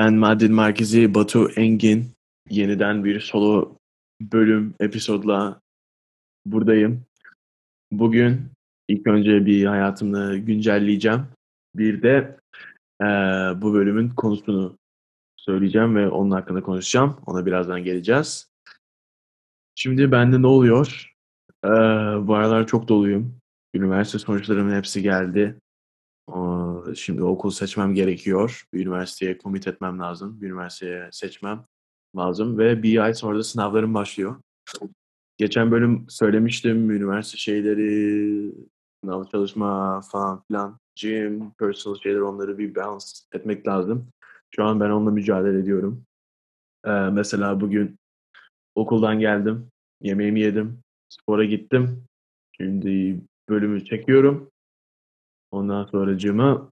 Ben Madrid merkezi Batu Engin. Yeniden bir solo bölüm episodla buradayım. Bugün ilk önce bir hayatımı güncelleyeceğim. Bir de bu bölümün konusunu söyleyeceğim ve onun hakkında konuşacağım. Ona birazdan geleceğiz. Şimdi bende ne oluyor? Bu aralar çok doluyum. Üniversite sonuçlarımın hepsi geldi. Şimdi okul seçmem gerekiyor. Bir üniversiteye commit etmem lazım. Bir üniversiteye seçmem lazım ve bir ay sonra da sınavlarım başlıyor. Geçen bölüm söylemiştim üniversite şeyleri, sınav çalışma falan filan, gym, personal şeyler onları bir balance etmek lazım. Şu an ben onunla mücadele ediyorum. Mesela bugün okuldan geldim, yemeğimi yedim, spora gittim. Şimdi bölümü çekiyorum. Ondan sonracığıma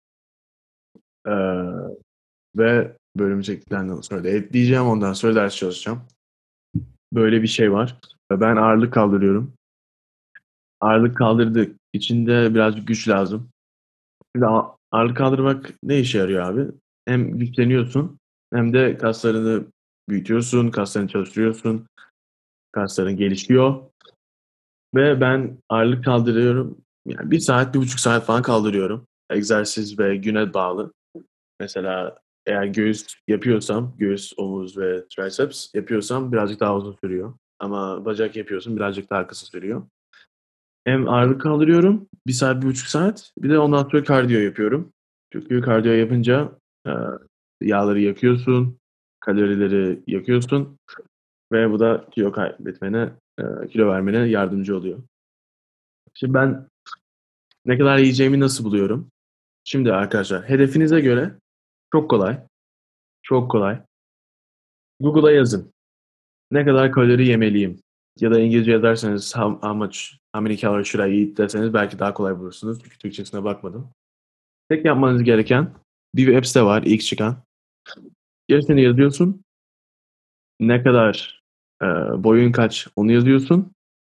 ve bölümü çektikten sonra da editleyeceğim. Ondan sonra ders çalışacağım. Böyle bir şey var. Ben ağırlık kaldırıyorum. Ağırlık kaldırdık. İçinde birazcık güç lazım. Şimdi ağırlık kaldırmak ne işe yarıyor abi? Hem güçleniyorsun hem de kaslarını büyütüyorsun, kaslarını çalıştırıyorsun, kasların gelişiyor. Ve ben ağırlık kaldırıyorum. Yani 1 saat, 1,5 saat falan kaldırıyorum. Egzersiz ve güne bağlı. Mesela eğer göğüs yapıyorsam, göğüs, omuz ve triceps yapıyorsam birazcık daha uzun sürüyor. Ama bacak yapıyorsun birazcık daha kısa sürüyor. Hem ağırlık kaldırıyorum 1 saat, 1,5 saat. Bir de ondan sonra kardiyo yapıyorum. Çünkü kardiyo yapınca e, yağları yakıyorsun, kalorileri yakıyorsun ve bu da kilo kaybetmene, kilo vermene yardımcı oluyor. Şimdi ben ne kadar yiyeceğimi nasıl buluyorum? Şimdi arkadaşlar hedefinize göre çok kolay, çok kolay. Google'a yazın. Ne kadar kalori yemeliyim? Ya da İngilizce yazarsanız how many calories should I eat deseniz belki daha kolay bulursunuz. Çünkü Türkçesine bakmadım. Tek yapmanız gereken bir web site var ilk çıkan. Gerisini yazıyorsun. Ne kadar boyun kaç onu yazıyorsun.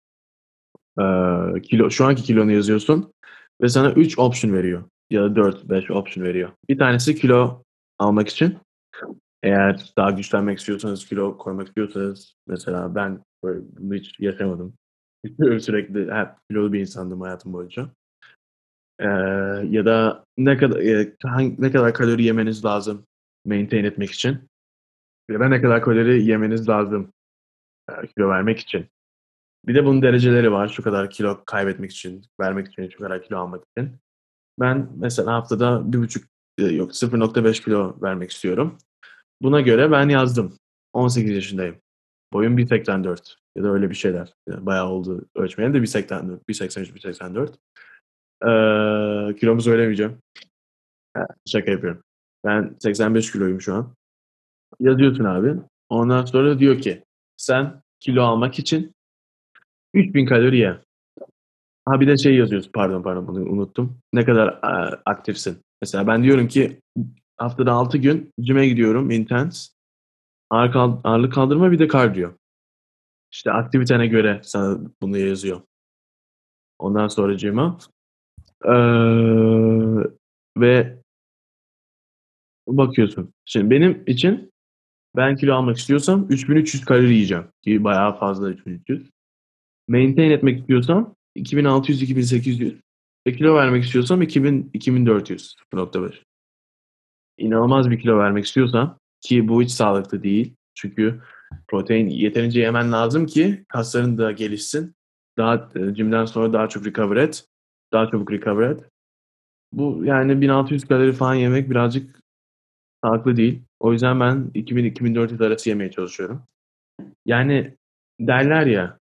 Şu anki kilonu yazıyorsun. Ve sana 3 option veriyor. Ya da 4, 5 option veriyor. Bir tanesi kilo almak için. Eğer daha güçlenmek istiyorsanız, kilo koymak istiyorsanız, mesela ben böyle bunu hiç yaşamadım. Sürekli hep kilolu bir insandım hayatım boyunca. Ya da ne kadar kalori yemeniz lazım maintain etmek için ya da ne kadar kalori yemeniz lazım kilo vermek için. Bir de bunun dereceleri var. Şu kadar kilo kaybetmek için, vermek için, şu kadar kilo almak için. Ben mesela haftada 1,5 yok 0,5 kilo vermek istiyorum. Buna göre ben yazdım. 18 yaşındayım. Boyum 1,84 ya da öyle bir şeyler. Yani bayağı oldu ölçmeyeli de 1,84, 1,83, 1,84. Kilomu söylemeyeceğim. Şaka yapıyorum. Ben 85 kiloyum şu an. Yazıyorsun abi. Ondan sonra diyor ki sen kilo almak için 3.000 kalori ye. Ha bir de şey yazıyorsun. Pardon bunu unuttum. Ne kadar aktifsin. Mesela ben diyorum ki haftada 6 gün cime gidiyorum. Intense. Ağırlık kaldırma bir de kardiyo. İşte aktivitene göre sana bunu yazıyor. Ondan sonracığıma eee ve bakıyorsun. Şimdi benim için ben kilo almak istiyorsam 3.300 kalori yiyeceğim. Ki bayağı fazla 3.300. Maintain etmek istiyorsam 2.600-2.800. Kilo vermek istiyorsam 2.400. 0,5. İnanılmaz bir kilo vermek istiyorsam ki bu hiç sağlıklı değil. Çünkü protein yeterince yemen lazım ki kasların da gelişsin. Daha jimden sonra daha çok recover et. Daha çabuk recover et. Bu yani 1.600 kalori falan yemek birazcık sağlıklı değil. O yüzden ben 2000-2400 arası yemeye çalışıyorum. Yani derler ya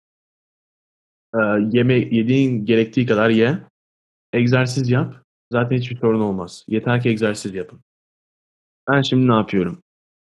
yediğin gerektiği kadar ye. Egzersiz yap. Zaten hiçbir sorun olmaz. Yeter ki egzersiz yapın. Ben şimdi ne yapıyorum?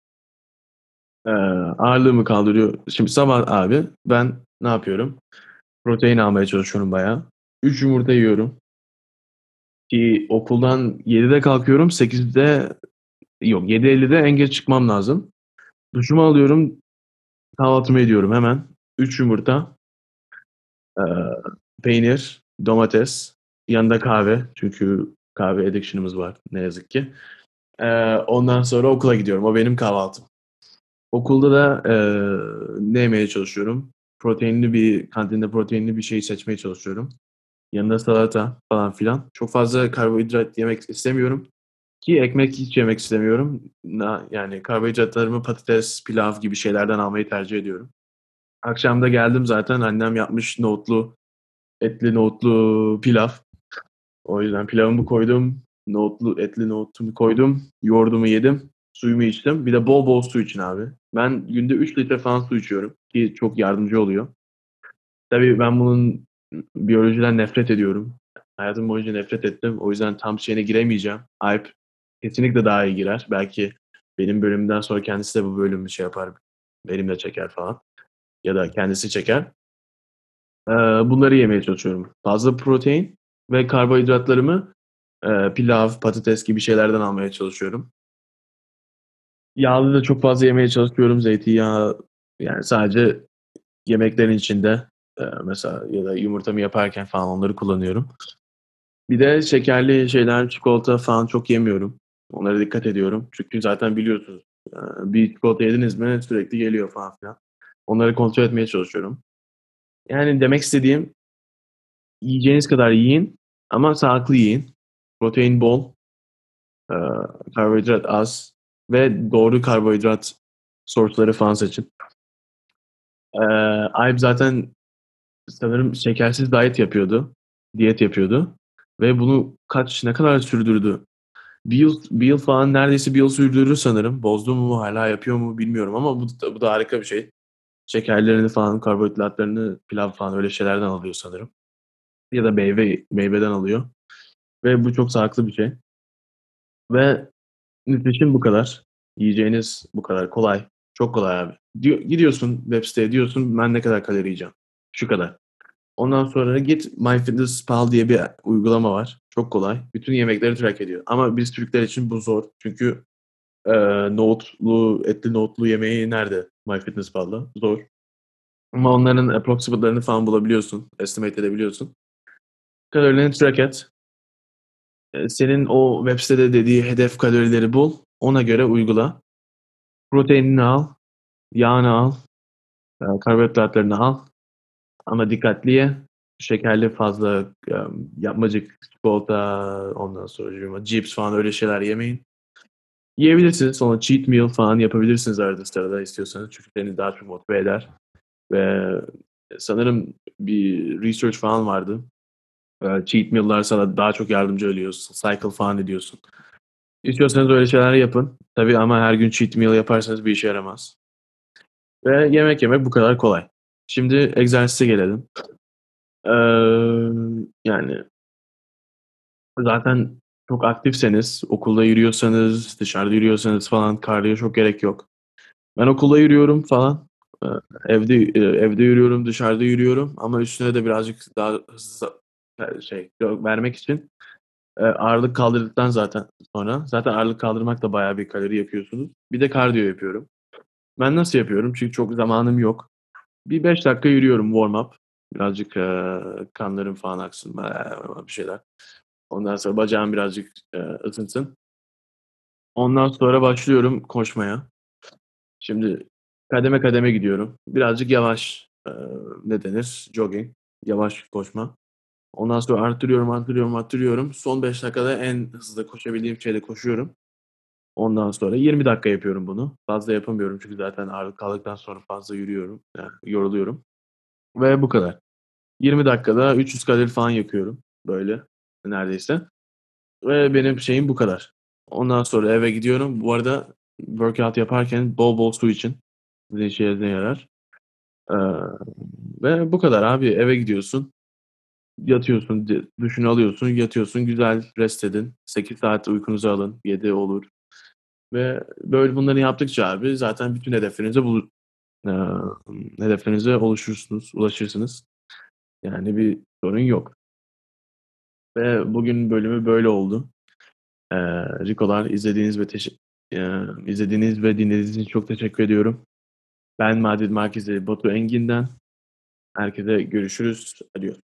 Ağırlığımı kaldırıyor. Şimdi sabah abi ben ne yapıyorum? Protein almaya çalışıyorum bayağı. 3 yumurta yiyorum. Ki okuldan 7'de kalkıyorum. 8'de yok 7.50'de en geç çıkmam lazım. Duşumu alıyorum. Kahvaltımı ediyorum hemen. 3 yumurta, eee, peynir, domates, yanında kahve. Çünkü kahve addiction'ımız var ne yazık ki. Ondan sonra okula gidiyorum. O benim kahvaltım. Okulda da ne yemeye çalışıyorum? Kantinde proteinli bir şey seçmeye çalışıyorum. Yanında salata falan filan. Çok fazla karbonhidrat yemek istemiyorum ki ekmek hiç yemek istemiyorum. Yani karbonhidratlarımı patates, pilav gibi şeylerden almayı tercih ediyorum. Akşam da geldim zaten annem yapmış etli nohutlu pilav. O yüzden pilavımı koydum, etli nohutumu koydum, yoğurdumu yedim, suyumu içtim. Bir de bol bol su için abi. Ben günde 3 litre falan su içiyorum ki çok yardımcı oluyor. Tabii ben bunun biyolojiden nefret ediyorum. Hayatım boyunca nefret ettim. O yüzden tam şeyine giremeyeceğim. Alp kesinlikle daha iyi girer. Belki benim bölümümden sonra kendisi de bu bölümü şey yapar. Benimle çeker falan. Ya da kendisi çeker. Bunları yemeye çalışıyorum. Fazla protein ve karbonhidratlarımı pilav, patates gibi şeylerden almaya çalışıyorum. Yağlı da çok fazla yemeye çalışıyorum. Zeytinyağı yani sadece yemeklerin içinde mesela ya da yumurtamı yaparken falan onları kullanıyorum. Bir de şekerli şeyler, çikolata falan çok yemiyorum. Onlara dikkat ediyorum. Çünkü zaten biliyorsunuz bir çikolata yediniz mi sürekli geliyor falan filan. Onları kontrol etmeye çalışıyorum. Yani demek istediğim yiyeceğiniz kadar yiyin ama sağlıklı yiyin. Protein bol, e, karbonhidrat az ve doğru karbonhidrat source'ları falan seçin. E, Alp zaten sanırım şekersiz diyet yapıyordu ve bunu ne kadar sürdürdü? Bir yıl falan neredeyse bir yıl sürdürür sanırım. Bozdu mu hala yapıyor mu bilmiyorum ama bu da harika bir şey. Şekerlerini falan, karbonhidratlarını pilav falan öyle şeylerden alıyor sanırım. Ya da meyveden alıyor. Ve bu çok sağlıklı bir şey. Ve nutrition bu kadar. Yiyeceğiniz bu kadar kolay. Çok kolay abi. Gidiyorsun web siteye diyorsun ben ne kadar kalori yiyeceğim. Şu kadar. Ondan sonra git MyFitnessPal diye bir uygulama var. Çok kolay. Bütün yemekleri track ediyor. Ama biz Türkler için bu zor. Çünkü etli nohutlu yemeği nerede MyFitnessPal'da? Zor. Ama onların approximate'larını falan bulabiliyorsun. Estimate edebiliyorsun. Kalorilerini track et. Senin o web sitede dediği hedef kalorileri bul. Ona göre uygula. Proteinini al. Yağını al. Karbonhidratlarını al. Ama dikkatli ye. Şekerli fazla yapmacık, çikolata, ondan sonra cips falan öyle şeyler yemeyin. Yiyebilirsiniz. Sonra cheat meal falan yapabilirsiniz arada sırada istiyorsanız. Çünkü seni daha çok motive eder. Ve sanırım bir research falan vardı. Cheat meal'lar sana daha çok yardımcı oluyor. Cycle falan ediyorsun. İstiyorsanız öyle şeyler yapın. Tabii ama her gün cheat meal yaparsanız bir işe yaramaz. Ve yemek yemek bu kadar kolay. Şimdi egzersize gelelim. Yani zaten çok aktifseniz, okulda yürüyorsanız, dışarıda yürüyorsanız falan kardiyo çok gerek yok. Ben okulda yürüyorum falan. Ee, evde yürüyorum, dışarıda yürüyorum ama üstüne de birazcık daha hızlı vermek için ağırlık kaldırdıktan zaten ağırlık kaldırmak da bayağı bir kalori yakıyorsunuz. Bir de kardiyo yapıyorum. Ben nasıl yapıyorum? Çünkü çok zamanım yok. Bir 5 dakika yürüyorum warm up. Birazcık kanlarım falan aksın bir şeyler. Ondan sonra bacağım birazcık ısınsın. Ondan sonra başlıyorum koşmaya. Şimdi kademe kademe gidiyorum. Birazcık yavaş ne denir? Jogging. Yavaş koşma. Ondan sonra arttırıyorum. Son 5 dakikada en hızlı koşabildiğim şeyde koşuyorum. Ondan sonra 20 dakika yapıyorum bunu. Fazla yapamıyorum çünkü zaten ağırlık kaldıktan sonra fazla yürüyorum. Yani yoruluyorum. Ve bu kadar. 20 dakikada 300 kalori falan yakıyorum. Böyle neredeyse. Ve benim şeyim bu kadar. Ondan sonra eve gidiyorum. Bu arada workout yaparken bol bol su için. Sizin işinize yarar. Ee, Ve bu kadar abi. Eve gidiyorsun. Yatıyorsun. Duşunu alıyorsun. Yatıyorsun. Güzel rest edin. 8 saat uykunuzu alın. 7 olur. Ve böyle bunları yaptıkça abi zaten bütün e, hedeflerinize ulaşırsınız. Yani bir sorun yok. Ve bugün bölümü böyle oldu. Rikolar izlediğiniz ve dinlediğiniz için çok teşekkür ediyorum. Ben Madrid Merkezi Batu Engin'den. Herkese görüşürüz. Adios.